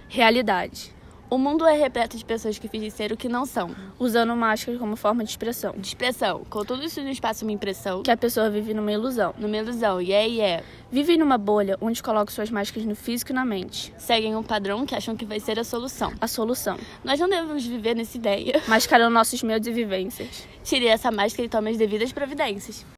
Realidade. O mundo é repleto de pessoas que fingem ser o que não são. Usando máscaras como forma de expressão. Contudo, isso nos passa uma impressão. Que a pessoa vive numa ilusão. Vivem numa bolha onde colocam suas máscaras no físico e na mente. Seguem um padrão que acham que vai ser a solução. Nós não devemos viver nessa ideia. Mascarando nossos medos e vivências. Tire essa máscara e tome as devidas providências.